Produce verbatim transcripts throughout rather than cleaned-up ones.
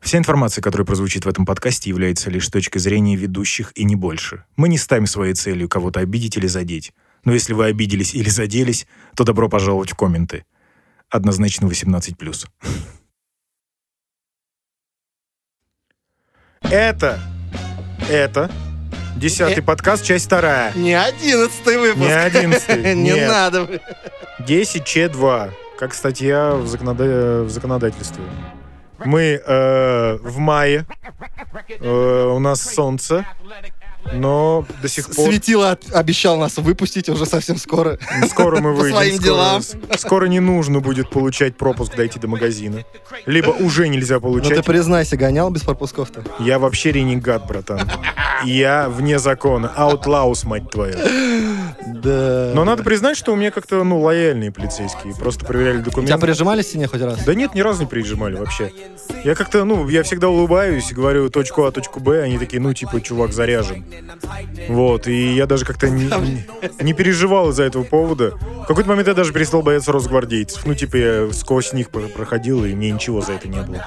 Вся информация, которая прозвучит в этом подкасте, является лишь точкой зрения ведущих и не больше. Мы не ставим своей целью кого-то обидеть или задеть. Но если вы обиделись или заделись, то добро пожаловать в комменты. Однозначно восемнадцать плюс. Это, это десятый подкаст, часть вторая. Не одиннадцатый выпуск. Не одиннадцатый. Не надо. десять че два, как статья в, законода... в законодательстве. Мы э, в мае, э, у нас солнце, но до сих пор... Светило от- обещал нас выпустить уже совсем скоро. Скоро мы выйдем. По своим скоро, делам. Скоро не нужно будет получать пропуск дойти до магазина. Либо уже нельзя Ну получать. ты признайся, гонял без пропусков-то? Я вообще ренегат, братан. Я вне закона. Outlaws, мать твою. Да. Но надо признать, что у меня как-то, ну, лояльные полицейские. Просто проверяли документы. Тебя прижимали к стене хоть раз? Да нет, ни разу не прижимали вообще. Я как-то, ну, я всегда улыбаюсь, говорю точку А, точку Б, они такие, ну, типа, чувак заряжен. Вот, и я даже как-то не, не переживал из-за этого повода. В какой-то момент я даже перестал бояться росгвардейцев. Ну, типа, я сквозь них проходил, и мне ничего за это не было.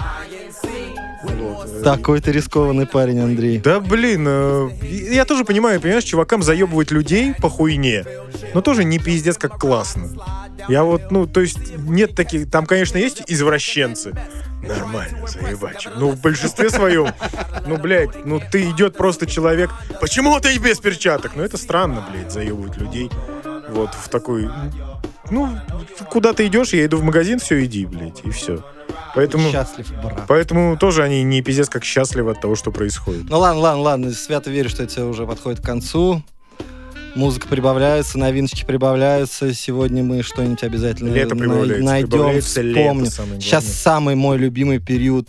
Вот. Такой ты рискованный парень, Андрей. Да, блин, э, я тоже понимаю, понимаешь, чувакам заебывать людей по хуйне, но тоже не пиздец как классно. Я вот, ну, то есть, нет таких... Там, конечно, есть извращенцы. Нормально, заебать. Ну, в большинстве своем, ну, блядь, ну, ты идет просто человек... Почему ты без перчаток? Ну, это странно, блядь, заебывать людей. Вот, в такой... Ну, куда ты идешь, я иду в магазин, все, иди, блядь, и все. Поэтому, Счастлив, брат. поэтому тоже они не пиздец как счастливы от того, что происходит. Ну ладно, ладно, ладно, свято верю, что это уже подходит к концу. Музыка прибавляется, новиночки прибавляются. Сегодня мы что-нибудь обязательно Лето прибавляется, найдем, прибавляется лето, вспомним. самое Сейчас главное. самый мой любимый период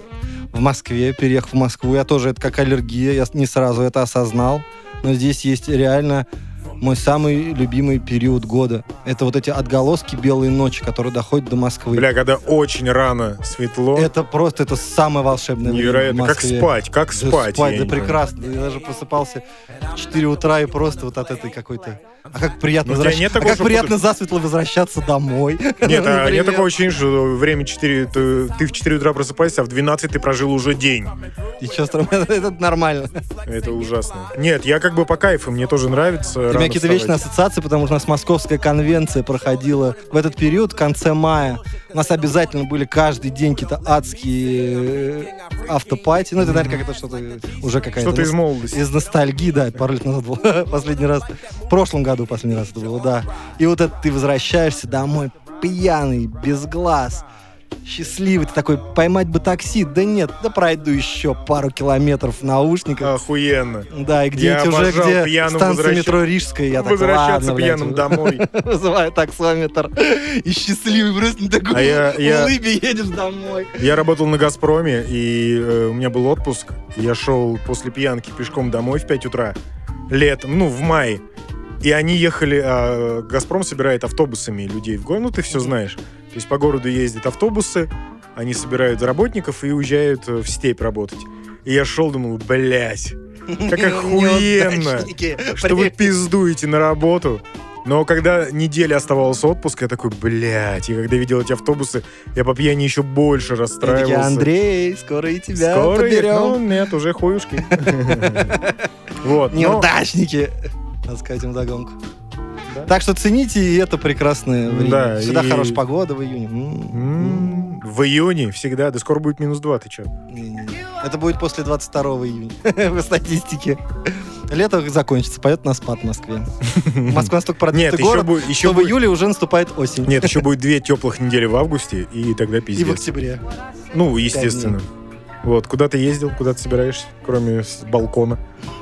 в Москве. Переехав в Москву, я тоже, это как аллергия, я не сразу это осознал. Но здесь есть реально мой самый любимый период года. Это вот эти отголоски белой ночи, которые доходят до Москвы. Бля, когда очень рано светло, Это просто, это самое волшебное время в невероятно. Как Москве. спать, как Да спать. спать, я да не прекрасно. Я даже просыпался в четыре утра и просто вот от этой какой-то... А как приятно, Ну, у тебя возвращ- нет а такого, как что приятно засветло возвращаться домой. понимаю. Нет, а Например. нет такого ощущения, что время четыре, ты, ты в четыре утра просыпаешься, а в двенадцать ты прожил уже день. И чё, стран- это нормально. Это ужасно. Нет, я как бы по кайфу, мне тоже нравится. У рано меня какие-то вставать. вечные ассоциации, потому что у нас Московская конвенция проходила в этот период, в конце мая. У нас обязательно были каждый день какие-то адские э, автопати. Ну, это, наверное, как это что-то уже какая-то... Что-то из нос- молодости. Из ностальгии, да, пару лет назад был последний раз. В прошлом году последний раз это было, да. И вот это ты возвращаешься домой пьяный, без глаз, счастливый. Ты такой, поймать бы такси. Да нет, да пройду еще пару километров в наушниках. Охуенно. Да, и где-нибудь Я уже, обожал где пьяным станция возвращ- метро Рижская. Я так, Возвращаться ладно, блядь, пьяным домой. вызываю таксометр. И счастливый просто на такой А я- я- улыбе едешь домой. Я работал на «Газпроме», и э, у меня был отпуск. Я шел после пьянки пешком домой в пять утра. Летом, ну, в мае. И они ехали... а, «Газпром» собирает автобусами людей в город. Ну, ты все знаешь. То есть по городу ездят автобусы, они собирают работников и уезжают э, в степь работать. И я шел, думал, блядь, как охуенно, Неудачники. что вы пиздуете на работу. Но когда неделя оставалась отпуска, я такой, блядь. И когда видел эти автобусы, я по пьяни еще больше И такие, расстраивался. Андрей, скоро и тебя Скоро их- подберем. Ну, нет, уже хуюшки. Вот. но- Неудачники. Надо сказать им вдогонку. Да. Так что цените и это прекрасное время. Да, Всегда и- хорошая погода в июне. М-м-м. М, В июне всегда. Да скоро будет минус два, ты че? Не-не-не. Это будет после двадцать второго июня по статистике. Лето закончится, пойдет на спад в Москве. Москва настолько Нет, продвинутый еще город, будет... Еще что в будет... июле уже наступает осень. Нет, еще будет две теплых недели в августе, и тогда И в пиздец. октябре. Ну, естественно. Вот, куда ты ездил, куда ты собираешься, кроме с балкона?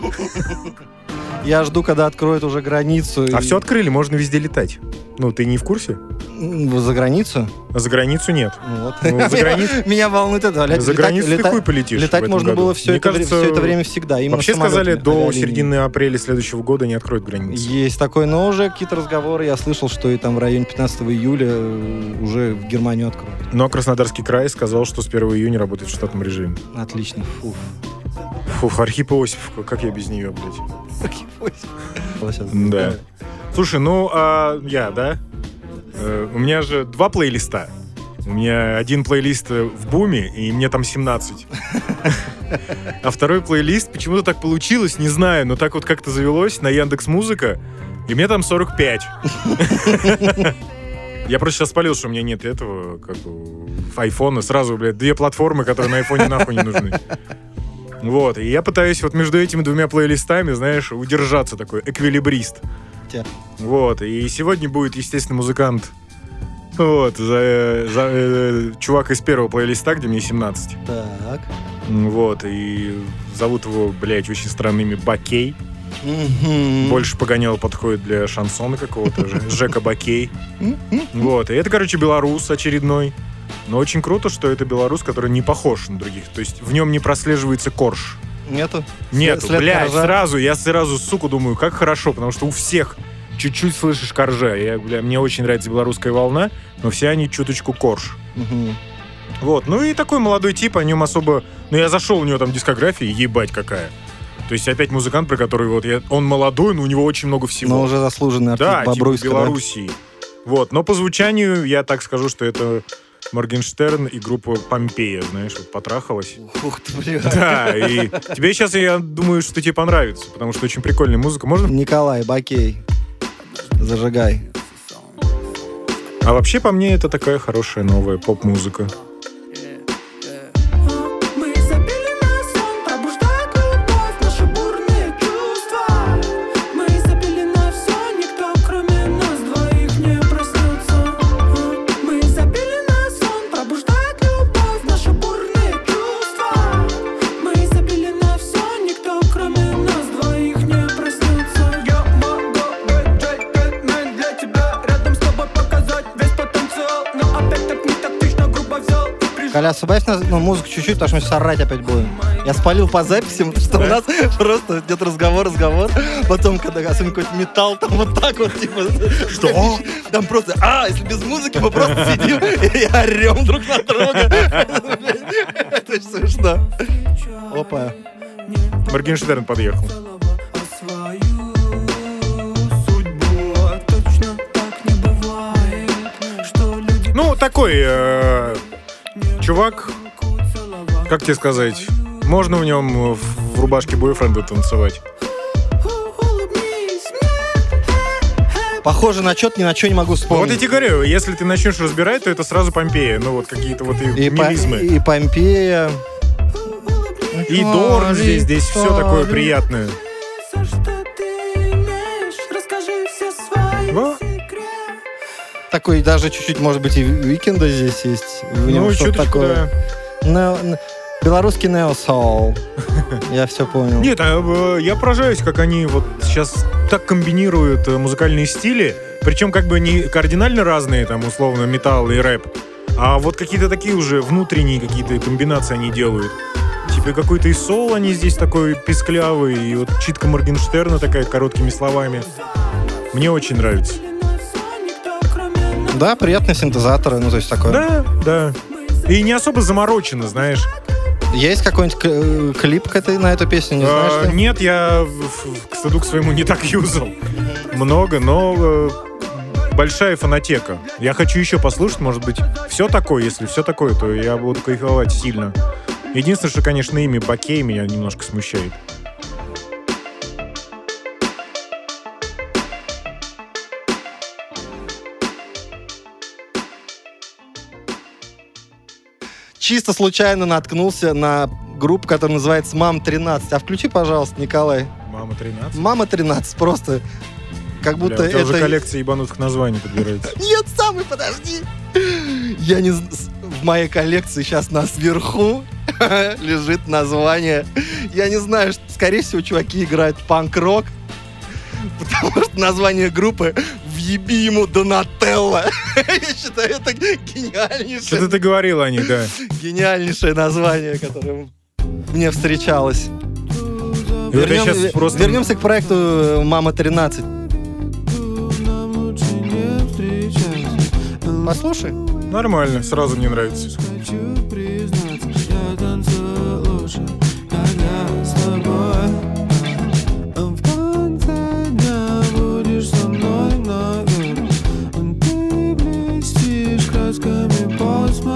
Я жду, когда откроют уже границу. А и- все открыли, можно везде летать. Ну, ты не в курсе? М, За границу? А за границу нет. Ну вот. Ну, за границу- Меня волнует это. Лет- За летать- границу ты лета- хуй полетишь в Летать этом можно году. было все Мне это, вре- кажется, все это время всегда. Именно Вообще сказали, самолетами, до авиалиниями. середины апреля следующего года не откроют границы. Есть такое, но уже какие-то разговоры. Я слышал, что и там в районе пятнадцатого июля э, уже в Германию откроют. Но Краснодарский край сказал, что с первого июня работает в штатном режиме. Отлично. Фуф. Фух, Архипа Осипов, как я без нее, блядь. Сейчас. Да. Слушай, ну, а, я, да? Э, у меня же два плейлиста. У меня один плейлист в буме, и мне там семнадцать. А второй плейлист, почему-то так получилось, не знаю, но так вот как-то завелось на Яндекс.Музыка, и мне там сорок пять. Я просто сейчас спалил, что у меня нет этого, как у айфона. Сразу, блядь, две платформы, которые на айфоне нахуй не нужны. Вот, и я пытаюсь вот между этими двумя плейлистами, знаешь, удержаться, такой эквилибрист. Те. Вот, и сегодня будет, естественно, музыкант. Вот, за, за, э, чувак из первого плейлиста, где мне семнадцать. Так. Вот, и зовут его, блядь, очень странное имя Бакей. Мгм. Больше погонял подходит для шансона какого-то же. Жека Бакей. Вот, и это, короче, белорус очередной. Но очень круто, что это белорус, который не похож на других. То есть в нем не прослеживается корж. Нету? Нету, След блядь, коржа? сразу, я сразу, сука, думаю, как хорошо, потому что у всех чуть-чуть слышишь коржа. Я, бля, мне очень нравится белорусская волна, но все они чуточку корж. Мгм. Вот, ну и такой молодой тип, о нем особо... Ну, я зашел, у него там дискография, ебать какая. То есть опять музыкант, про который вот... Я... Он молодой, но у него очень много всего. Но уже заслуженный артист Да, типа Бобруйска, да? Белоруссии. Вот, но по звучанию я так скажу, что это Моргенштерн и группа Помпея, знаешь, вот потрахалась. Ух ты, бля. Да, и тебе сейчас, я думаю, что тебе понравится, потому что очень прикольная музыка. Можно? Николай Бакей. Зажигай. А вообще, по мне, это такая хорошая новая поп-музыка. Мы забили на сон, пробуждает любовь, наши бурные чувства. Мы забили на все, никто кроме нас двоих не проснется. Мы забили на сон, пробуждает любовь, наши бурные чувства. Мы забили на все, никто кроме нас двоих не проснется. Я могу быть джентльмен для тебя, рядом с тобой показать весь потенциал, но опять так не тактично, грубо взял. Коля, убавь на ну, музыку чуть-чуть, потому что мы сорать опять будем. Я спалил по записям, что у нас просто идет разговор, разговор. Потом, когда особенно какой-то металл, там вот так вот, типа... Что? Там просто, а, если без музыки, мы просто сидим и орем друг на друга. Это очень смешно. Опа. Моргенштерн подъехал. Ну, такой э, чувак, как тебе сказать, можно в нем в, в рубашке бойфренда танцевать. Похоже на что-то, ни на что не могу Вот вспомнить. я тебе говорю, если ты начнешь разбирать, то это сразу Помпея. Ну, вот какие-то вот их И, По- мелизмы. и Помпея. И Дорн здесь, здесь все такое приятное. Во. Такой даже чуть-чуть, может быть, и Уикенда здесь есть. В нем Ну, что-то чуточку, такое. да. Нео- н- Белорусский нео-соул. Я все понял. Нет, а, э, я поражаюсь, как они вот сейчас так комбинируют э, музыкальные стили, причем как бы не кардинально разные, там, условно, металл и рэп, а вот какие-то такие уже внутренние какие-то комбинации они делают. Типа какой-то и соул они здесь такой песклявый, и вот читка Моргенштерна такая короткими словами. Мне очень нравится. Да, приятные синтезаторы, ну, то есть такое. Да, да. И не особо заморочено, знаешь. Есть какой-нибудь к- э, клип к этой, на эту песню, не знаешь? А, ты? нет, я в- в- к стыду к своему не так юзал. Много, но э, большая фонотека. Я хочу еще послушать, может быть, все такое. Если все такое, то я буду кайфовать сильно. Единственное, что, конечно, имя Бакей меня немножко смущает. Чисто случайно наткнулся на группу, которая называется «Мам тринадцать». А включи, пожалуйста, Николай. Мама тринадцать. «Мама тринадцать» просто. Как Бля, будто у тебя это... уже коллекция ебанутых названий подбирается. Нет, самый, подожди. Я не... з- В моей коллекции сейчас на сверху лежит название. Я не знаю, что, скорее всего, чуваки играют панк-рок, потому что название группы «Въеби ему Донателло». Я считаю, это Что-то гениальнейшее, ты говорил о них, да. гениальнейшее название, которое мне встречалось. И вот я Вернем- щас просто- Вернемся к проекту «Мама тринадцать». Послушай. Нормально, сразу мне нравится. Хочу признаться, я танцую лучше, когда с тобой. В конце дня будешь со мной наверх. Ты блестишь красками, посмотри.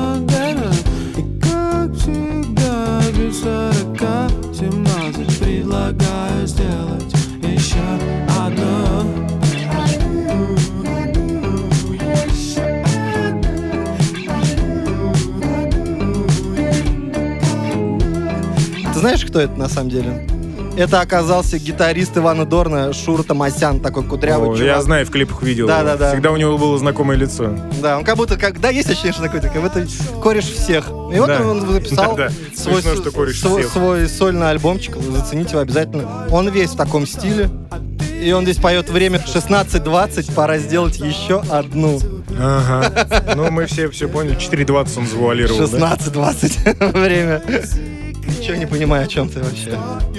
знаешь, кто это на самом деле? Это оказался гитарист Ивана Дорна Шура Томасян, такой кудрявый О, чувак. я знаю, в клипах видел. Да, его. да, да. Всегда у него было знакомое лицо. Да, он как будто, как, да, есть ощущение, что такой, как будто кореш всех. И вот Да. он записал Да, да. свой, Смешно, что кореш свой, всех. свой сольный альбомчик, зацените его обязательно. Он весь в таком стиле. И он здесь поет время шестнадцать двадцать, пора сделать еще одну. Ага. Ну, мы все все поняли. четыре двадцать он завуалировал, да? шестнадцать двадцать время. Ничего не понимаю, о чем ты вообще.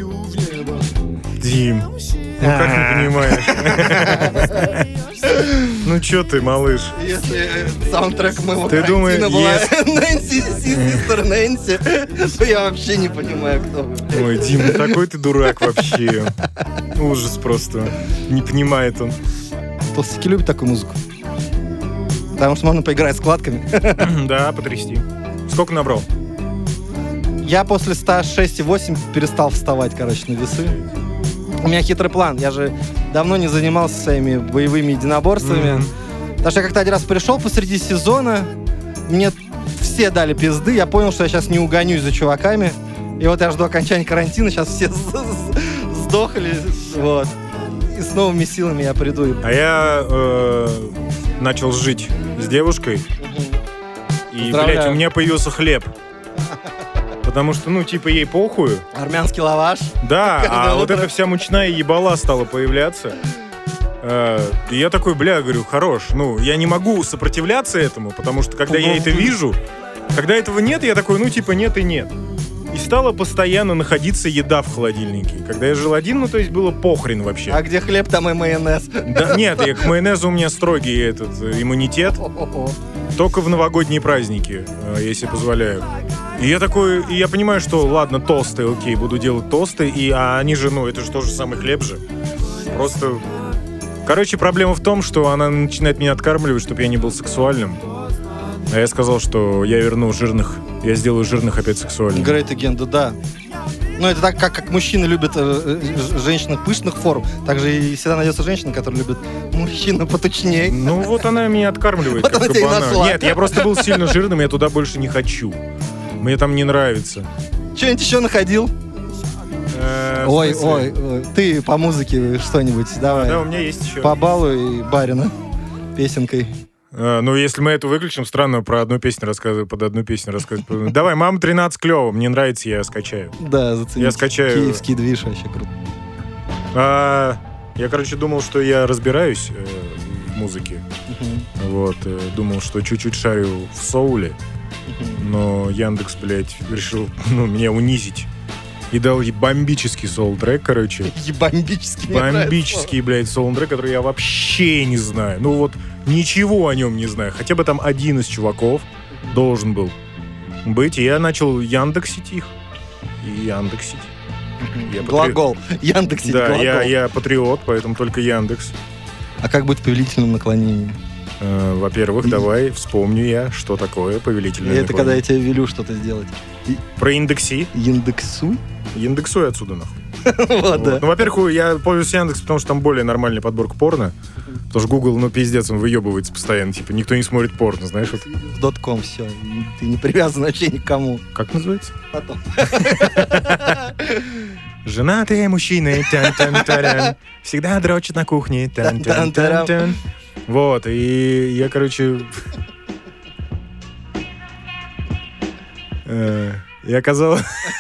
Дим, ну как не понимаешь? Ну чё ты, малыш? Если э, саундтрек моего Ты карантина думаешь, была если- Нэнси, Систер Нэнси, то я вообще не понимаю, кто вы. блядь. Ой, Дим, ну такой ты дурак вообще. Ужас просто. Не понимает он. Толстяки любят такую музыку. Потому что можно поиграть складками. Да, потрясти. Сколько набрал? Я после ста шесть и восемь перестал вставать, короче, на весы. У меня хитрый план. Я же давно не занимался своими боевыми единоборствами. Мгм. Потому что я как-то один раз пришел посреди сезона, мне все дали пизды, я понял, что я сейчас не угонюсь за чуваками. И вот я жду окончания карантина, сейчас все с- с- сдохли, вот. И с новыми силами я приду. и- А я э, начал жить с девушкой. И, Поздравляю. блядь, у меня появился хлеб. Потому что, ну, типа, ей похуй. Армянский лаваш. Да, Каждое а вот утро. эта вся мучная ебала стала появляться. Э, И я такой, бля, говорю, хорош. Ну, я не могу сопротивляться этому, потому что, когда я это вижу, когда этого нет, я такой, ну, типа, нет и нет. И стала постоянно находиться еда в холодильнике. Когда я жил один, ну, то есть было похрен вообще. А где хлеб, там и майонез. Да, нет, я, к майонезу у меня строгий этот э, иммунитет. О-о-о. Только в новогодние праздники, э, если позволяю. И я такой, и я понимаю, что ладно, тосты, окей, буду делать тосты, и а они же, ну, это же тоже самый хлеб же. Просто... Короче, проблема в том, что она начинает меня откармливать, чтобы я не был сексуальным. А я сказал, что я верну жирных, я сделаю жирных опять сексуальными. Great again, да, да. Ну, это так, как, как мужчины любят э, э, женщин пышных форм, так же и всегда найдется женщина, которая любит мужчину потучнее. Ну вот она меня откармливает, Вот как она тебя и кабана. нашла. Нет, я просто был сильно жирным, я туда больше не хочу. Мне там не нравится. Что-нибудь еще находил? Э, в Ой, смысле? ой, ой, ты по музыке что-нибудь давай. Да, у меня есть еще. Побалуй барина песенкой. А, ну, если мы это выключим, странно про одну песню рассказываю, под одну песню рассказываю. Давай, «Мама тринадцать» клево, мне нравится, я скачаю. Да, зацените. Я скачаю. Киевский движ вообще круто. А, я, короче, думал, что я разбираюсь э, в музыке. Мгм, Вот, э, думал, что чуть-чуть шарю в соуле, мгм. но Яндекс, блядь, решил ну, меня унизить. И дал ей бомбический соул-трек, короче. Ебомбический. мне нравится. Бомбический, блядь, соул-трек, который я вообще не знаю. Ну вот, ничего о нем не знаю. Хотя бы там один из чуваков должен был быть. И я начал яндексить их. И яндексить. Мгм. Я Глагол. Яндекс. Да, глагол. я, я патриот, поэтому только Яндекс. А как быть повелительным наклонением? Э, во-первых, И- давай вспомню я, что такое повелительное Это когда я наклонение. тебе велю что-то сделать. И- Проиндекси. Индексуй. Индексуй отсюда, нахуй. Вот, Вот. да. Ну, во-первых, я пользуюсь Яндекс, потому что там более нормальная подборка порно. Потому что Google, ну, пиздец, он выебывается постоянно. Типа, никто не смотрит порно, знаешь? Вот. Дотком все. Ты не привязан вообще никому. Как называется? Потом. Женатые мужчины, тян-тян-тарян, всегда дрочат на кухне, тян-тян-тян-тян. Вот, и я, короче... э, И оказалось...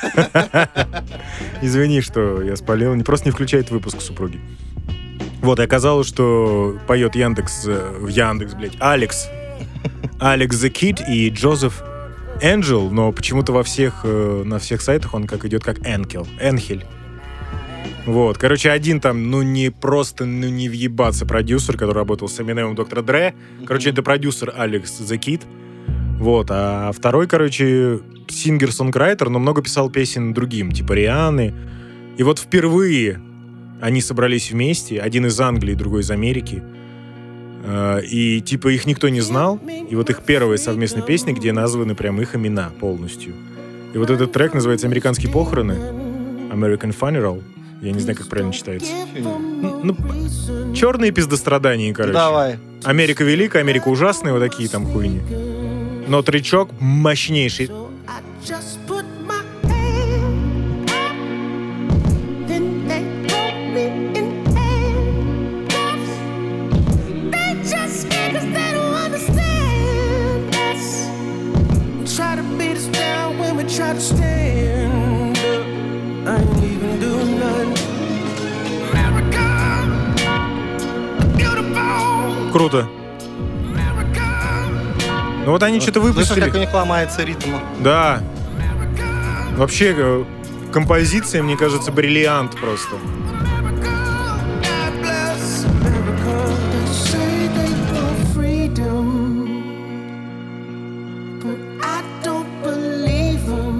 Извини, что я спалил. Не просто не включает выпуск супруги. Вот, и оказалось, что поет Яндекс... э, Яндекс, блядь, Алекс. Алекс The Kid и Джозеф Энджел, но почему-то во всех, э, на всех сайтах он как идет как Энкел. Энхель. Вот, короче, один там, ну, не просто, ну, не въебаться продюсер, который работал с Эминемом, доктора Дре. Короче, это продюсер Алекс The Kid. Вот, а второй, короче, сингер-сонграйтер, но много писал песен другим, типа Рианы. И вот впервые они собрались вместе, один из Англии, другой из Америки. Э, И, типа, их никто не знал. И вот их первая совместная песня, где названы прям их имена полностью. И вот этот трек называется «Американские похороны». American Funeral. Я не знаю, как правильно читается. Ну, ну, черные пиздострадания, короче. Давай. Америка великая, Америка ужасная, вот такие там хуйни. Но тречок мощнейший. Just put my hand try to stand up, I ain't even doing nothing. America, beautiful. Круто. Ну вот они что-то Слышишь, выпустили. как у них ломается ритм? Да. Вообще, э, композиция, мне кажется, бриллиант просто. God bless America. They say they want freedom, but I don't believe them,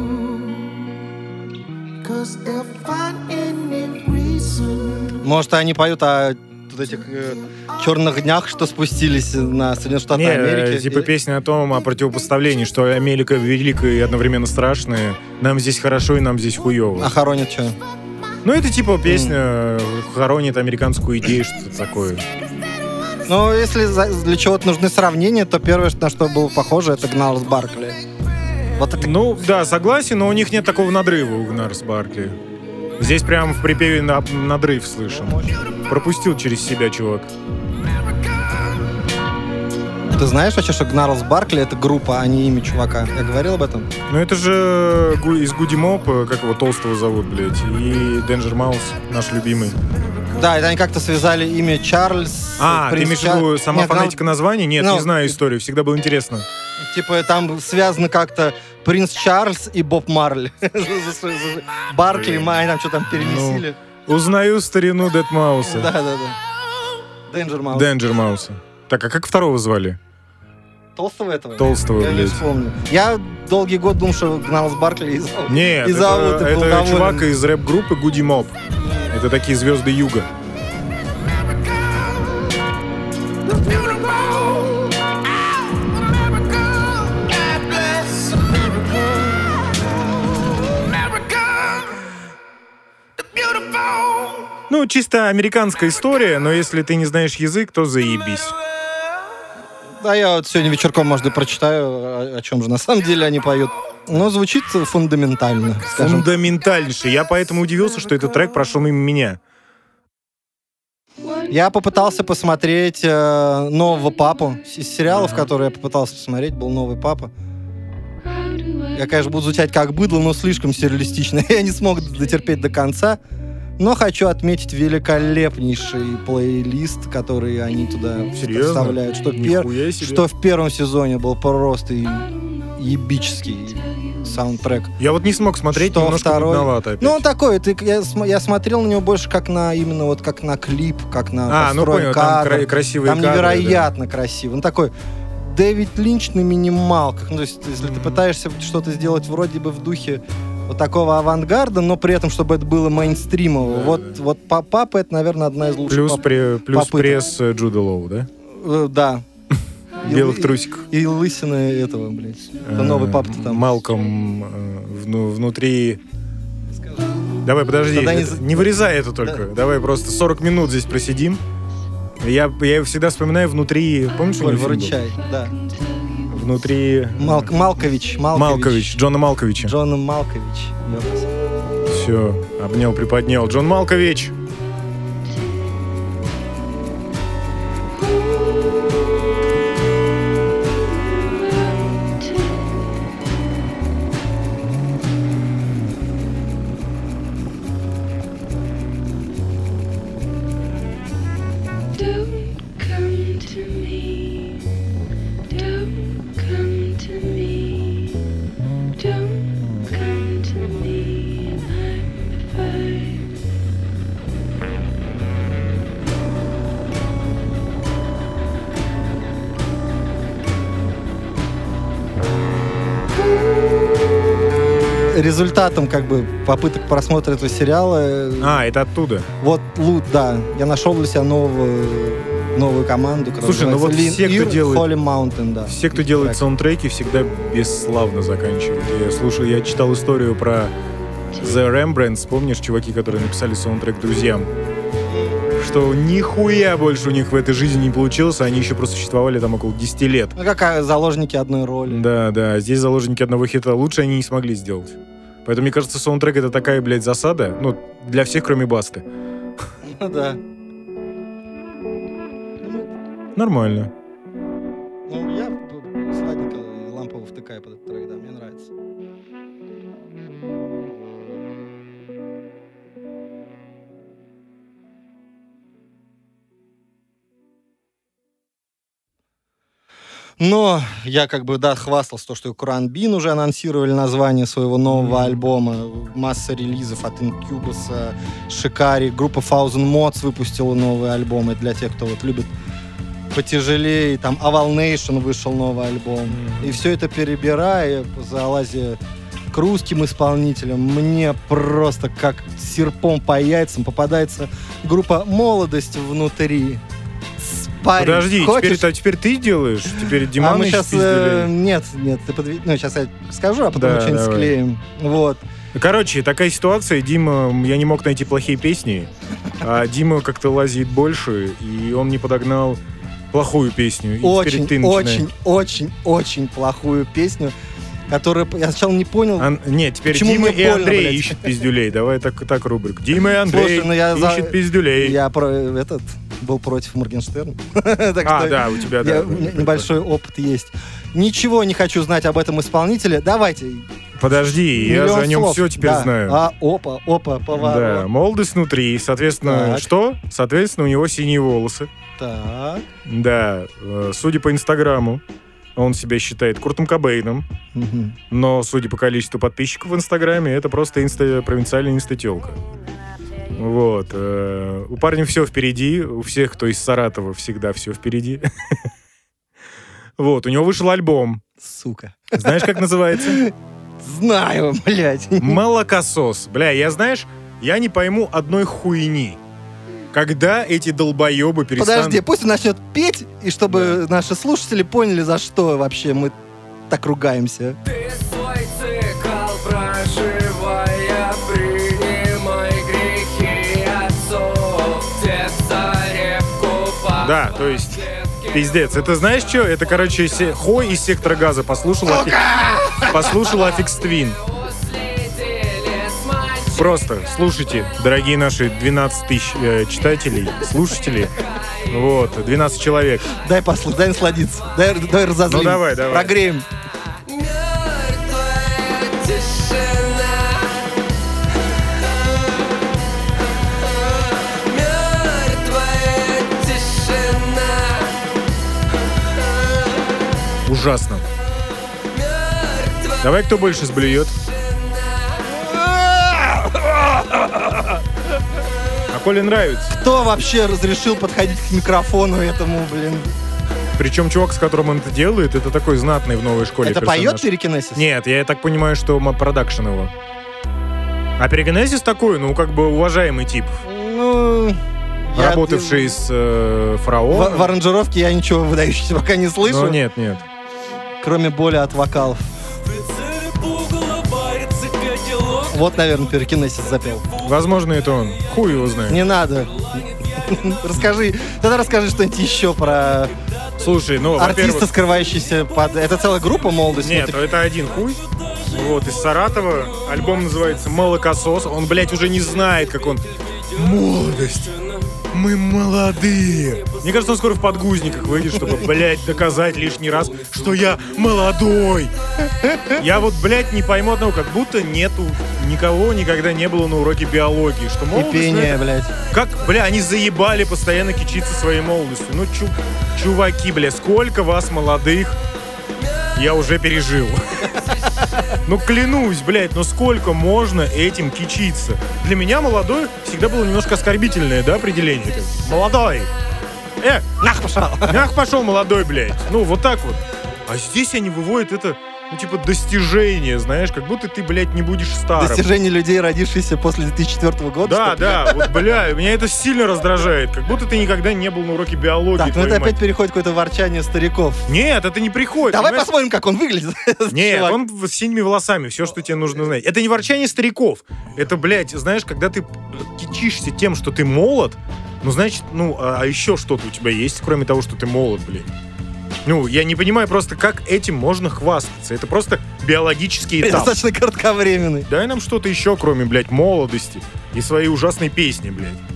'cause they'll find any reason. Может, они поют о вот этих э, черных днях, что спустились на Соединенные Штаты Не, Америки? э, типа песня о том, о противопоставлении, что Америка великая и одновременно страшная, нам здесь хорошо и нам здесь хуево. А хоронят что? Ну это типа песня э, хоронит американскую идею, что-то такое. Ну, если за- для чего-то нужны сравнения, то первое, на что было похоже, это Гналс Баркли. Вот это... Ну да, согласен, но у них нет такого надрыва у Гнарс Баркли. Здесь прям в припеве на- надрыв слышен. Пропустил через себя чувак. Ты знаешь вообще, что Гнарлс Баркли — это группа, а не имя чувака? Я говорил об этом? Ну это же гу- из Гуди Моп, как его толстого зовут, блядь, и Danger Mouse, наш любимый. Да, это они как-то связали имя Чарльз... А, ты принц имеешь в Чар- виду сама Нет, фонетика названия? Нет, ну, не знаю историю, всегда было интересно. Типа там связано как-то принц Чарльз и Боб Марли. Баркли, Май, там что там перемесили. Узнаю старину Дэд Мауса. Да, да, да. Danger Mouse. Danger Mouse. Так, а как второго звали? Толстого этого? Толстого, Я не блядь. вспомню. Я долгий год думал, что Гналс Баркли и зовут. Нет, И зовут, это, и был это доволен. чувак из рэп-группы Гуди Моп. Это такие звезды юга. Ну, чисто американская история, но если ты не знаешь язык, то заебись. Да, я вот сегодня вечерком, может, и прочитаю, о, о чем же на самом деле они поют. Но звучит фундаментально, скажем. Фундаментальнейший. Я поэтому удивился, что этот трек прошел мимо меня. Я попытался посмотреть э, нового папу. Из сериалов, которые я попытался посмотреть, был новый папа. Я, конечно, буду звучать как быдло, но слишком сюрреалистично. Я не смог дотерпеть до конца. Но хочу отметить великолепнейший плейлист, который они туда Серьезно? вставляют. Что, пер- Нихуя себе. что в первом сезоне был просто е- ебический саундтрек. Я вот не смог смотреть, Что немножко второй? нудновато опять. Ну, он такой, ты, я, см- я смотрел на него больше как на именно вот как на клип, как на а, ну построен понял, там кадр. кра- красивые Там кадры, невероятно красиво. Он такой Дэвид Линч на минималках. Ну, то есть, если ты пытаешься что-то сделать вроде бы в духе вот такого авангарда, но при этом, чтобы это было мейнстримово. Да, вот, да. вот па- папа — это, наверное, одна из да. лучших Плюс, пап- пре- плюс попыток. пресс э, Джуда Лоу, да? Э, Да. В белых И- трусиках. И лысины этого, блядь. Да Э, новый папа-то там. Малком э, вну- внутри... Давай, подожди, Тогда не это- за- не вырезай это только. Давай просто сорок минут здесь просидим. Я, я всегда вспоминаю внутри... Помнишь, у Коль, него фильм был? выручай. Да. Внутри... Малк- Малкович. Малкович. Малкович, Джона Малковича. Джон Малкович. Ёпта. Все, обнял, приподнял. Джон Малкович. Don't come to me. Don't come to me. Don't come to me. I'm fine. Результатом как бы попыток просмотра этого сериала э, А, это оттуда. вот лут, да, я нашел для себя новую новую команду, которая Слушай, ну называется вот все, кто Lin Ear делает- Holy Mountain, да. Все, кто делает Трек. саундтреки, всегда бесславно заканчивают. Я слушал, я читал историю про The Rembrandts, помнишь, чуваки, которые написали саундтрек «Друзьям», что нихуя больше у них в этой жизни не получилось, а они еще просуществовали там около десяти лет. Ну, как а, заложники одной роли. Да, да, здесь заложники одного хита. Лучше они не смогли сделать. Поэтому, мне кажется, саундтрек — это такая, блядь, засада, ну, для всех, кроме Басты. Ну, да. Нормально. Ну, я б- сладенько и лампово втыкаю под этот трек, да, мне нравится. Но я как бы, да, хвастался, то, что и Куранбин уже анонсировали название своего нового Мгм. альбома. Масса релизов от Incubus, Шикари. Группа Thousand Mods выпустила новый альбом. И для тех, кто вот любит потяжелее, там Aval Nation вышел новый альбом. Мгм. И все это перебирая, залазя к русским исполнителям, мне просто как серпом по яйцам попадается группа «Молодость» внутри. Парень, Подожди, хочешь? теперь, теперь ты делаешь? Теперь А Диман мы ищет сейчас... э, пиздюлей? нет, нет, ты подви- ну, сейчас я скажу, а потом Да, мы что-нибудь давай. склеим. Вот. Короче, такая ситуация. Дима, я не мог найти плохие песни, а Дима как-то лазит больше, и он не подогнал плохую песню. И теперь Очень, ты начинай. очень, очень, очень плохую песню, которую я сначала не понял. Ан- Нет, теперь Почему Дима мне и больно, Андрей блядь? ищут пиздюлей. Давай так, так рубрик. Дима и Андрей Слушай, ну я за- ищут пиздюлей. Я про этот был против Моргенштерна. Так А, что да, у тебя, я- да. у меня небольшой опыт есть. Ничего не хочу знать об этом исполнителе. Давайте. Подожди, я миллион за нем слов. все теперь Да. знаю. А, опа, опа, Да, поворот. молодость внутри, соответственно, Так. что? Соответственно, у него синие волосы. Так. Да, э, судя по Инстаграму, он себя считает Куртом Кобейном, Мгм. но, судя по количеству подписчиков в Инстаграме, это просто инста, провинциальная инстателка. Вот. э, У парня все впереди, у всех, кто из Саратова, всегда все впереди. Вот, у него вышел альбом. Сука. Знаешь, как называется? Знаю, блядь. Молокосос. Бля, я, знаешь, я не пойму одной хуйни. Когда эти долбоебы перестанут... Подожди, пусть он начнет петь, и чтобы наши слушатели поняли, за что вообще мы так ругаемся. Ты свой цикл проживая, принимай грехи отцов, дед за репку по- Да, то есть, пиздец. Это знаешь что? Это, короче, се- Хой из Сектора Газа послушал... Афи- Послушал Аффикс Твин. Следили с мальчиком. Просто слушайте, дорогие наши двенадцать тысяч э, читателей, слушателей. Вот, двенадцать человек. Дай послушать, дай насладиться. Дай, дай разозлим. Ну, давай, давай. Прогреем. Мертвая тишина. Мертвая тишина. Ужасно. Давай, кто больше сблюет. А Коле нравится. Кто вообще разрешил подходить к микрофону этому, блин? Причем чувак, с которым он это делает, это такой знатный в новой школе Это персонаж. поет Пирокинезис? Нет, я так понимаю, что м- продакшн его. А Пирокинезис такой, ну, как бы уважаемый тип. Ну... я- Работавший с э, В, фараоном. в аранжировке я ничего выдающегося пока не слышу, Ну, нет, нет. кроме боли от вокалов. Вот, наверное, Пирокинезис запел. Возможно, это он. Хуй его знает. Не надо. Расскажи, тогда расскажи что-нибудь еще про Слушай, ну, артиста, во-первых... скрывающийся под... Это целая группа «Молодость»? Нет, внутри? это один хуй. Вот, из Саратова. Альбом называется «Молокосос». Он, блядь, уже не знает, как он... Молодость. Мы молодые. Мне кажется, он скоро в подгузниках выйдет, чтобы, блядь, доказать лишний раз, что я молодой. Я вот, блядь, не пойму одного, как будто нету никого, никогда не было на уроке биологии. Что И молодость, ну, пение, это- блядь. Как, бля, они заебали постоянно кичиться своей молодостью. Ну, чу- чуваки, бля, сколько вас молодых я уже пережил. Ну, клянусь, блядь, ну сколько можно этим кичиться? Для меня молодой всегда было немножко оскорбительное, да, определение? Как, молодой! Э, Нах пошел. нах пошел молодой, блядь. Ну, вот так вот. А здесь они выводят это, ну, типа, достижение, знаешь, как будто ты, блядь, не будешь старым. Достижение людей, родившихся после две тысячи четвёртого года? Да, что ли? да, вот, бля, меня это сильно раздражает. Как будто ты никогда не был на уроке биологии. Так, ну твою это мать. опять переходит какое-то ворчание стариков. Нет, это не приходит. Давай понимаешь? посмотрим, как он выглядит. Нет, чувак. он с синими волосами, все, что тебе нужно знать. Это не ворчание стариков. Это, блядь, знаешь, когда ты кичишься тем, что ты молод, ну, значит, ну, а, а еще что-то у тебя есть, кроме того, что ты молод, блядь. Ну, я не понимаю просто, как этим можно хвастаться. Это просто биологический этап. Достаточно кратковременный. Дай нам что-то еще, кроме, блядь, молодости и своей ужасной песни, блядь.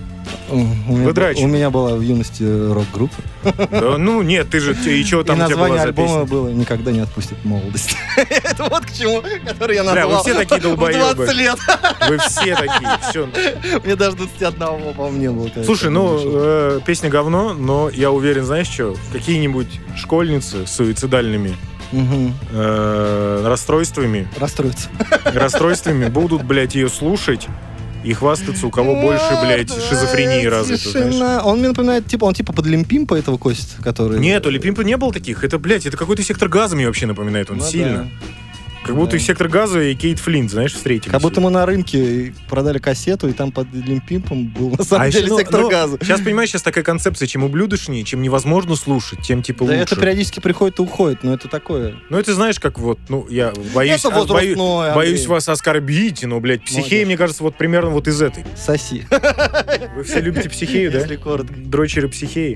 У меня, Выдрачивай. у меня была в юности рок-группа. Да, ну нет, ты же, и что И там у тебя была название за альбома песня? было «Никогда не отпустит молодость». Это вот к чему, который я Бля, назвал. вы все такие долбоебы. В двадцать лет. Вы все такие, все. Мне даже двадцать один, по-моему, не было. когда Слушай, это ну, вышло. э, песня говно, но я уверен, знаешь что, какие-нибудь школьницы с суицидальными Мгм. э, расстройствами, Расстроиться. расстройствами будут, блядь, ее слушать и хвастаться, у кого больше, блядь, шизофрении развита, знаешь. Тишина. Он мне напоминает, типа, он типа под Лимпимпа этого Костя, который... Нет, у Липимпа не было таких. Это, блядь, это какой-то сектор газа мне вообще напоминает, он Ну сильно. да. Как будто Да. и сектор газа и Кейт Флинт, знаешь, встретились. Как будто мы на рынке продали кассету, и там под Лимпимпом был на самом А деле еще, ну, сектор ну, газа. Сейчас, понимаешь, сейчас такая концепция, чем ублюдочнее, чем невозможно слушать, тем типа Да лучше. это периодически приходит и уходит, но это такое. Ну, это знаешь, как вот, ну, я боюсь, Это а, бою- возрастное, боюсь Андрей. вас оскорбить, но, блядь, психея, Молодец. мне кажется, вот примерно вот из этой. Соси. Вы все любите психею, да? Если коротко. Дрочеры психеи.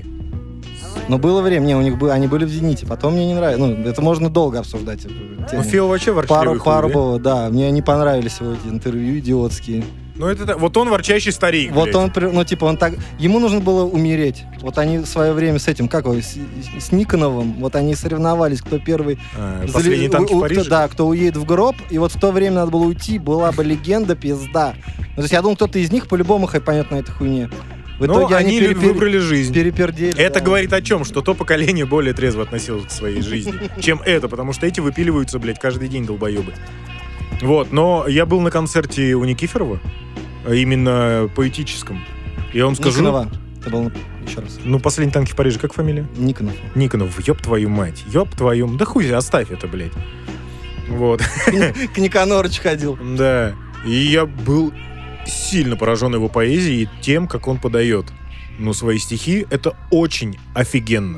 Но было время, не, у них бы, они были в «Зените», потом мне не нравится. Ну, это можно долго обсуждать. эту Ну, тему. Фил вообще ворчливый Пару, хуй, пару да? было, да. Мне не понравились его эти интервью идиотские. Ну, это так- вот он ворчащий старик, Вот блядь. он, при- ну, типа, он так... Ему нужно было умереть. Вот они в свое время с этим, как его, с, с Никоновым, вот они соревновались, кто первый... А, зали- последние танки у- в у- Париже? кто- да, кто уедет в гроб, и вот в то время надо было уйти, была бы легенда пизда. Ну, то есть я думал, кто-то из них по-любому хайпанет на этой хуйне. В Ну, итоге они, они, лю- перепер- выбрали жизнь. перепердели. Это да. говорит о чем? Что то поколение более трезво относилось к своей жизни, чем это, потому что эти выпиливаются, блядь, каждый день долбоебы. Вот, но я был на концерте у Никифорова, а именно поэтическом. И я вам скажу... Никонова. Это был еще раз. Ну, «Последние танки в Париже», как фамилия? Никонов. Никонов, ёб твою мать, ёб твою... Да хуй, оставь это, блядь. Вот, К Никонорыч ходил. да. И я был сильно поражен его поэзией и тем, как он подает. Ну, свои стихи. Это очень офигенно.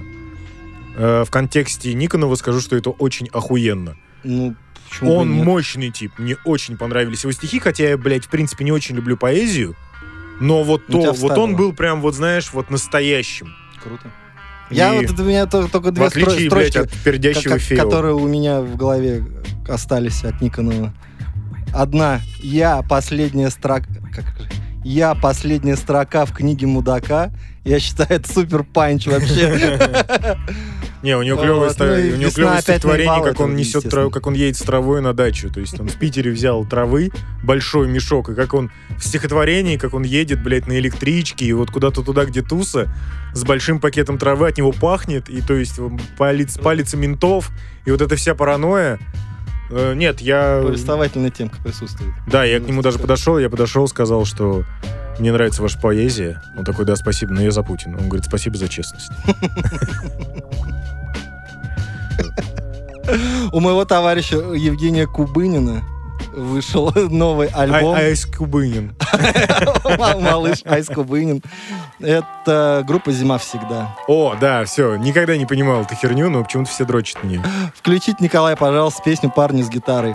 Э, В контексте Никонова скажу, что это очень охуенно. Ну, почему бы Он нет? мощный тип. Мне очень понравились его стихи, хотя я, блядь, в принципе, не очень люблю поэзию. Но вот, Ну, тебя то, вот он вставило. был прям, вот знаешь, вот настоящим. Круто. Я И вот, это у меня то- только в две стро- отличие, блядь, строчки, от пердящего как- Фео. которые у меня в голове остались от Никонова. Одна. Я последняя строка... Как же? Я последняя строка в книге мудака. Я считаю, это супер панч вообще. Не, у него клевое, Вот, ста- ну и у него «Весна клевое опять стихотворение, наебала», как он это несет естественно. траву, как он едет с травой на дачу. То есть он в Питере взял травы, большой мешок, и как он в стихотворении, как он едет, блядь, на электричке, и вот куда-то туда, где туса, с большим пакетом травы, от него пахнет, и то есть палец, палец ментов, и вот эта вся паранойя. Э, Нет, я... Повествовательная темка присутствует. Да, я к нему даже подошел, я подошел, сказал, что мне нравится ваша поэзия. Он такой, да, спасибо, но я за Путина. Он говорит, спасибо за честность. У моего товарища Евгения Кубынина вышел новый альбом. Ай- Айс Кубынин. Малыш Айс Кубынин. Это группа «Зима всегда». О, да, все, никогда не понимал эту херню, но почему-то все дрочат на нее. Включить, Николай, пожалуйста, песню «Парни с гитарой».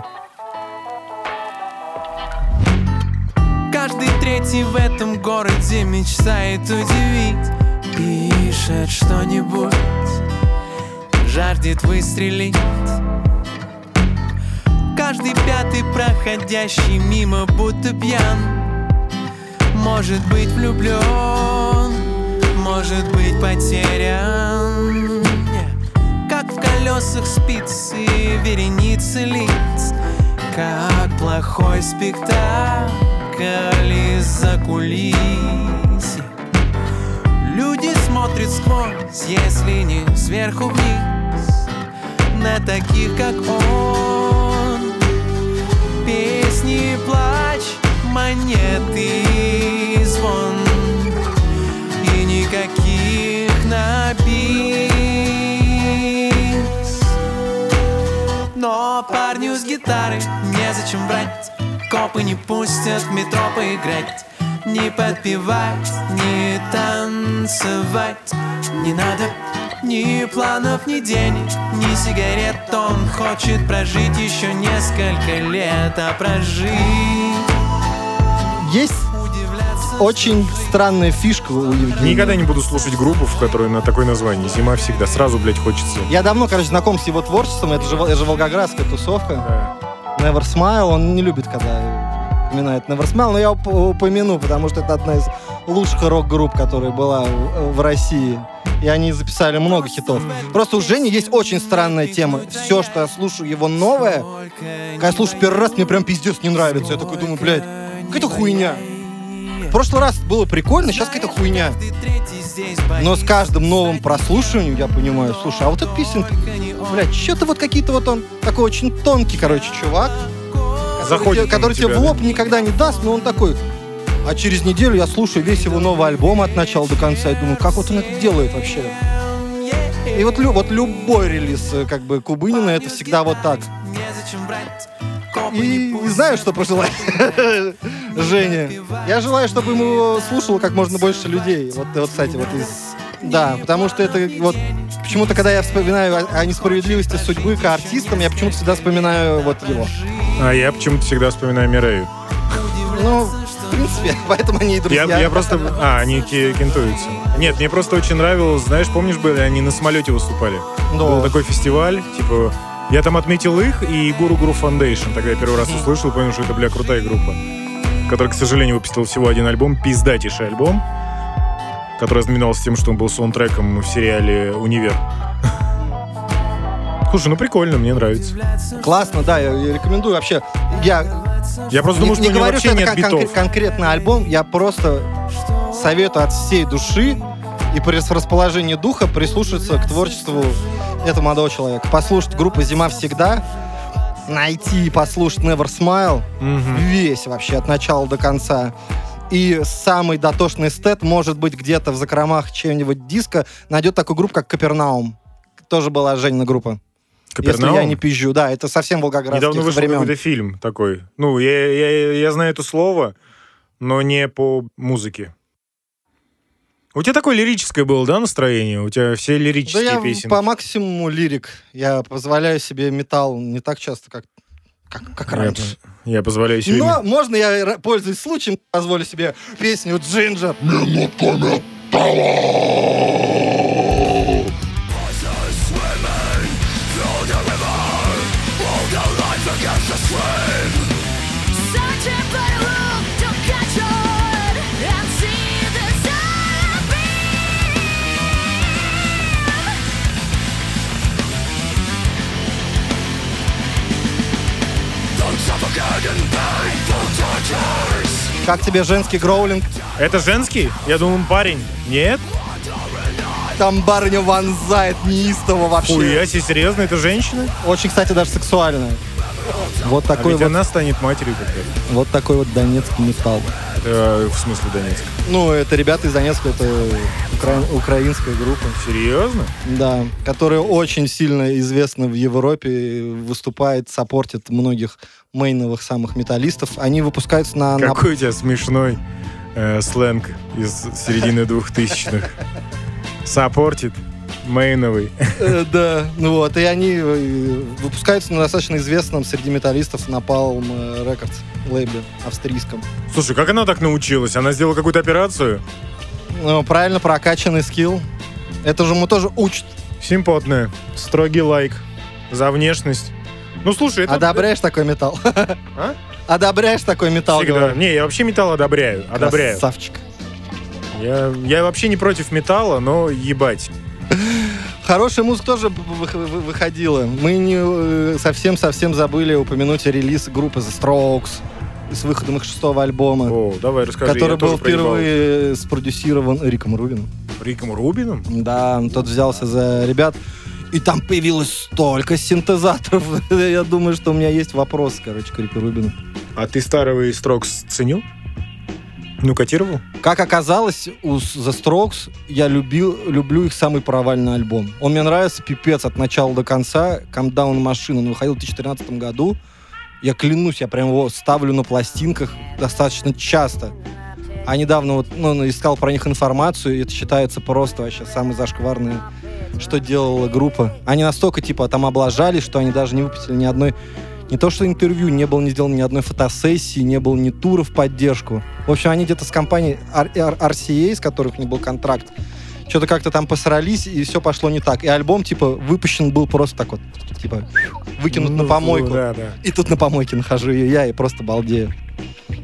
Каждый третий в этом городе мечтает удивить. Пишет что-нибудь, жаждет выстрелить. Каждый пятый проходящий мимо будто пьян. Может быть влюблен, может быть потерян. Как в колесах спицы вереницы лиц, как плохой спектакль из-за кулис. Люди смотрят сквозь, если не сверху вниз, на таких, как он. Песни, плач, монеты, звон, и никаких напис. Но парню с гитарой незачем врать. Копы не пустят в метро поиграть. Не подпевать, не танцевать не надо. Ни планов, ни денег, ни сигарет. Он хочет прожить еще несколько лет. А прожить, Есть удивляться, очень странная фишка у Евгения. Никогда не буду слушать группу, в которой на такое название. Зима всегда. Сразу, блядь, хочется. Я давно, короче, знаком с его творчеством. Это же, это же волгоградская тусовка. Да. Never Smile. Он не любит, когда напоминает Never Smile, но я уп- упомяну, потому что это одна из лучших рок-групп, которая была в, в России. И они записали много хитов. Просто у Жени есть очень странная тема. Все, что я слушаю его новое, когда я слушаю первый раз, мне прям пиздец не нравится. Я такой думаю, блядь, какая-то хуйня. В прошлый раз было прикольно, сейчас какая-то хуйня. Но с каждым новым прослушиванием я понимаю, слушай, а вот эта песенка, блядь, что-то вот какие-то вот он такой очень тонкий, короче, чувак, Заходит который, который на тебя, тебе в лоб да? никогда не даст, но он такой. А через неделю я слушаю весь его новый альбом от начала до конца и думаю, как вот он это делает вообще. И вот, лю- вот любой релиз как бы Кубынина, это всегда вот так. И не знаю, что пожелать Жене. Я желаю, чтобы ему слушало как можно больше людей. Вот, вот кстати, вот из... Да, потому что это вот... Почему-то, когда я вспоминаю о, о несправедливости судьбы к артистам, я почему-то всегда вспоминаю вот его. А я почему-то всегда вспоминаю Мирею. Ну, в принципе, поэтому они и друзья. Я, я просто... А, они ки- кентуются. Нет, мне просто очень нравилось, знаешь, помнишь, были, они на самолете выступали? Да. Был такой фестиваль, типа... Я там отметил их и Гуру Гуру Foundation. Тогда я первый раз услышал, понял, что это, бля, крутая группа. Которая, к сожалению, выпустила всего один альбом, пиздатейший альбом, который знаменовался тем, что он был саундтреком в сериале «Универ». Слушай, ну прикольно, мне нравится. Классно, да, я, я рекомендую вообще. Я Я просто не, думаю, что не у него говорю, вообще что это нет кон- битов. конкретно альбом, я просто советую от всей души и при расположении духа прислушаться к творчеству этого молодого человека. Послушать группу «Зима всегда», найти и послушать Never Smile, Мгм. весь вообще, от начала до конца. И самый дотошный эстет, может быть, где-то в закромах чего-нибудь диска найдет такую группу, как «Капернаум». Тоже была Женина группа. Капернаум? Если я не пизжу. Да, это совсем волгоградских Недавно вышел времен. какой-то фильм такой. Ну, я, я, я знаю это слово, но не по музыке. У тебя такое лирическое было, да, настроение? У тебя все Да лирические я песни. по максимуму лирик. Я позволяю себе металл не так часто, как, как, как Я, раньше. я позволяю себе... Но можно я, р- пользуясь случаем, позволю себе песню «Джинджер». Such a better look to catch on and see the sun. Как тебе женский гроулинг? Это женский? Я думал, он парень. Нет? Там барыня вонзает неистово вообще. Хуя себе, серьезно? Это женщина? Очень, кстати, даже сексуальная. Вот А такой ведь вот, она станет матерью когда-то. вот такой вот донецкий металл. Это в смысле Донецк. Ну, это ребята из Донецка, это укра- украинская группа. Серьезно? Да, которая очень сильно известна в Европе, выступает, саппортит многих мейновых самых металлистов. Они выпускаются на... на- Какой у тебя смешной э, сленг из середины двухтысячных. Саппортит, мейновый. Э, Да, ну вот, и они э, выпускаются на достаточно известном среди металлистов Napalm Records лейбле австрийском. Слушай, как она так научилась? Она сделала какую-то операцию? Ну, правильно прокачанный скилл. Это же ему тоже учат. Симпотная. Строгий лайк. За внешность. Ну, слушай, это... Одобряешь такой металл? А? Одобряешь такой металл? Всегда. говорю? Не, я вообще металл одобряю. Одобряю. Красавчик. Я, я вообще не против металла, но ебать. Хорошая музыка тоже б- вы- вы- выходила. Мы не э, совсем-совсем забыли упомянуть релиз группы The Strokes с выходом их шестого альбома, О, давай расскажи. который я тоже был впервые спродюсирован Риком Рубином. проебал. Риком Рубином? Да, тот взялся за ребят. И там появилось столько синтезаторов. Я думаю, что у меня есть вопрос, короче, к Рику Рубину. А ты старого Strokes ценил? Ну, котировал? Как оказалось, у The Strokes я любил, люблю их самый провальный альбом. Он мне нравится пипец от начала до конца. Calm Down Machine, он выходил в две тысячи тринадцатом году. Я клянусь, я прям его ставлю на пластинках достаточно часто. А недавно вот, ну, искал про них информацию, и это считается просто вообще самый зашкварный, что делала группа. Они настолько, типа, там облажались, что они даже не выпустили ни одной... Не то что интервью, не было не сделано ни одной фотосессии, не было ни тура в поддержку. В общем, они где-то с компанией ар си эй, с которых у них был контракт, что-то как-то там посрались, и все пошло не так. И альбом, типа, выпущен был просто так вот, типа, выкинут Ну, на помойку. Да, да. И тут на помойке нахожу ее я и просто балдею.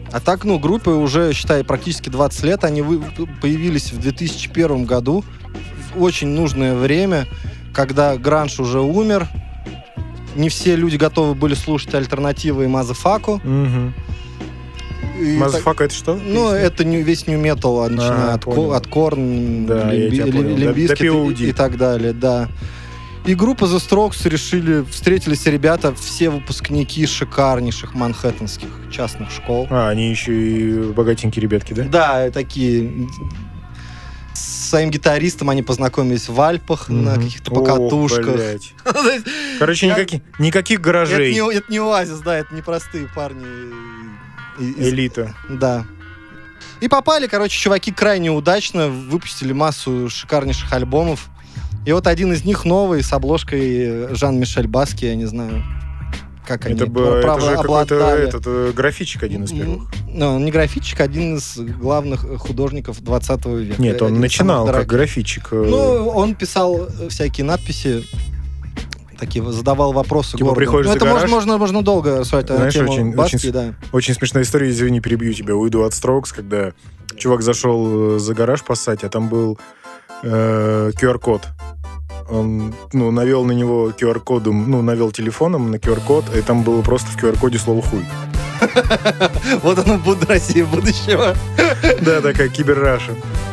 А так, ну, группы уже, считай, практически двадцать лет. Они вы- появились в две тысячи первом году. В очень нужное время, когда гранж уже умер. Не все люди готовы были слушать альтернативы и мазафаку. Мгм. И так- Мазафака это что? Ну, это не, весь нью-метал, начиная А, от, понял. Ко- от Корн, Да, я тебя понял. До- до пи о ди. и, и так далее, да. И группа The Strokes решили, встретились ребята, все выпускники шикарнейших манхэттенских частных школ. А, они еще и богатенькие ребятки, да? Да, такие. С своим гитаристом они познакомились в Альпах на Мгм. каких-то Ох, покатушках. блядь. Короче, Я- никаких, никаких Это гаражей. не, это не оазис, да, это не простые парни. и- из- Элита. Да. И попали, короче, чуваки крайне удачно, выпустили массу шикарнейших альбомов. И вот один из них новый, с обложкой Жан-Мишель Баски, я не знаю, как они Это, бы, это право же какой-то обладали. этот, э, графичик один из первых. Ну, он не графитчик, один из главных художников двадцатого века. Нет, он Один из начинал самых как дорогих. графичик. э, Ну, он писал всякие надписи, такие, задавал вопросы Типа, городу. приходишь Ну, за это можно, гараж. можно, можно долго рассуждать на Знаешь, тему очень- Баски, очень- да. Очень смешная история, извини, перебью тебя. Уйду от Strokes, когда чувак зашел э, за гараж поссать, а там был э, ку ар-код. Он, ну, навел на него ку ар-кодом, ну, навел телефоном на ку ар-код, и там было просто в ку ар-коде слово «хуй». Вот оно будет Россия будущего. Да, такая кибер-раша.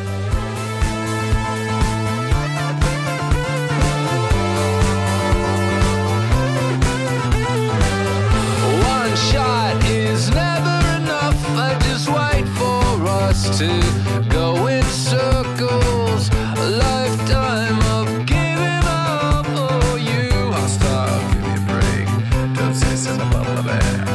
One shot is never enough. I just wait for us to go in circles. A lifetime of giving up. Oh, you must stop, give me a break. Don't say something about that.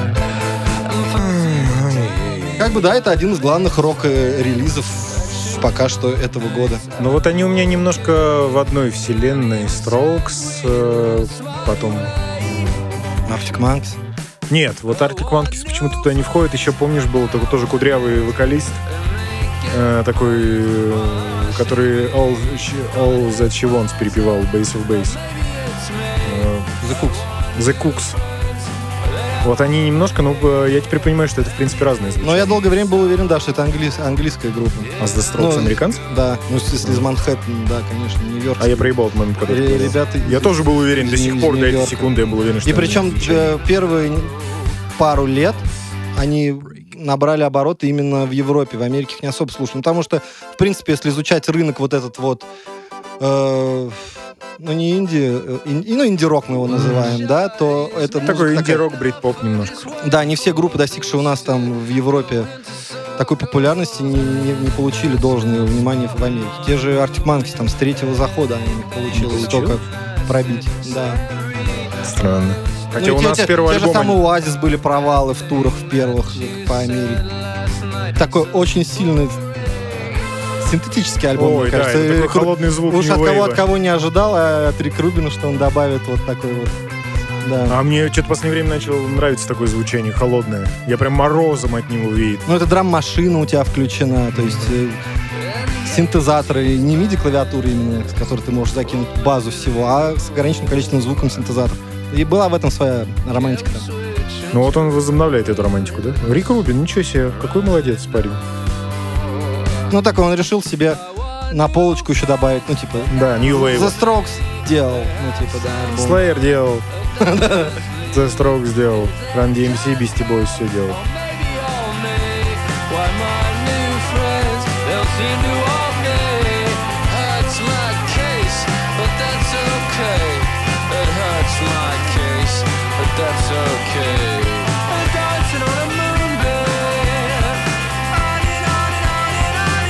Как бы, да, это один из главных рок-релизов пока что этого года. Ну вот они у меня немножко в одной вселенной. Strokes, э, потом... Arctic Monkeys. Нет, вот Arctic Monkeys почему-то туда не входит. Еще, помнишь, был такой тоже кудрявый вокалист, э, такой, э, который All, She- All That She Wants перепевал, Bass of Bass. Э, The Cooks. The Cooks. Вот они немножко, ну, э, я теперь понимаю, что это, в принципе, разные звучат. Но я долгое время был уверен, да, что это английс- английская группа. А The Strokes Ну, американцы? Да, ну, если из Манхэттена, да, конечно, Нью-Йорк. А я проебал этот момент, когда Ре- ты сказал. ребята Я из- тоже был уверен до из- сих из пор, до этой Нью-Йорка. секунды я был уверен, что И они причем англичане. э, первые пару лет они набрали обороты именно в Европе, в Америке их не особо слушали. Ну, потому что, в принципе, если изучать рынок вот этот вот, э, ну, не инди, э, ин- ну, инди-рок мы его называем, да, то это Такой музыка такая- инди-рок, брит-поп немножко. Да, не все группы, достигшие у нас там в Европе такой популярности, не, не- не получили должное внимание в Америке. Те же Arctic Monkeys, там, с третьего захода они у них получилось получилось? только пробить. Да. Странно. Хотя Ну, и у те- нас те, первый те же альбом... самые Оазис были провалы в турах в первых по Америке. Такой очень сильный синтетический альбом, Ой, мне да, кажется. это такой И кру- холодный звук Уж New от кого, Wave. от кого не ожидал, а от Рик Рубина, что он добавит вот такой вот. Да. А мне что-то в последнее время начало нравиться такое звучание, холодное. Я прям морозом от него веет. Ну, это драм-машина у тебя включена, то есть э, синтезаторы, не миди-клавиатуры именно, с которой ты можешь закинуть базу всего, а с ограниченным количеством звуком синтезаторов. И была в этом своя романтика. Там. Ну вот он возобновляет эту романтику, да? Рик Рубин, ничего себе, какой молодец парень. Ну, так он решил себе на полочку еще добавить, ну, типа, Да, New The Wave. Strokes делал, ну, типа, да, альбом. Slayer делал. The Strokes сделал. Run ди эм си, Beastie Boys все делал. Why my new friends, they'll seem to all me. Hurts my case, but that's okay. It hurts my case, but that's okay. I'm dancing on a moonbeam. On and on and on and on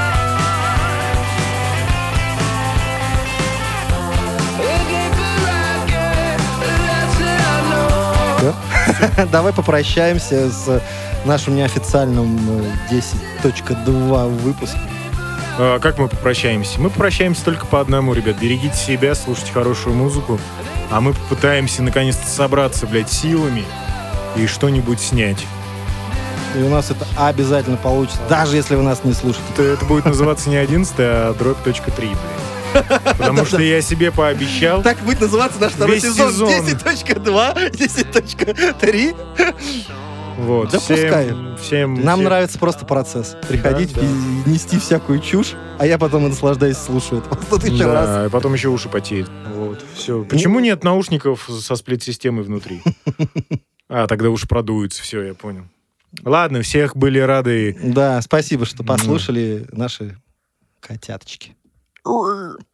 and on. The deeper I get, the less I know. Давай попрощаемся с нашим неофициальным э, десять точка два выпуском. А, как мы попрощаемся? Мы попрощаемся только по одному, ребят. Берегите себя, слушайте хорошую музыку. А мы попытаемся наконец-то собраться, блядь, силами и что-нибудь снять. И у нас это обязательно получится, даже если вы нас не слушаете. Это, это будет называться не одиннадцатый, а дробь точка три, блядь. Потому что я себе пообещал. Так будет называться наш второй Весь сезон. сезон. десять точка два, десять точка три. Вот. Да всем, пускай. Всем, Нам всем- нравится просто процесс. Приходить Да, и нести всякую чушь, а я потом и наслаждаюсь, слушаю это по сто тысяч раз. Да, и потом еще уши потеют. Вот, все. Почему Ну. нет наушников со сплит-системой внутри? А, тогда уж продуются, все, я понял. Ладно, всех были рады. Да, спасибо, что послушали наши котяточки.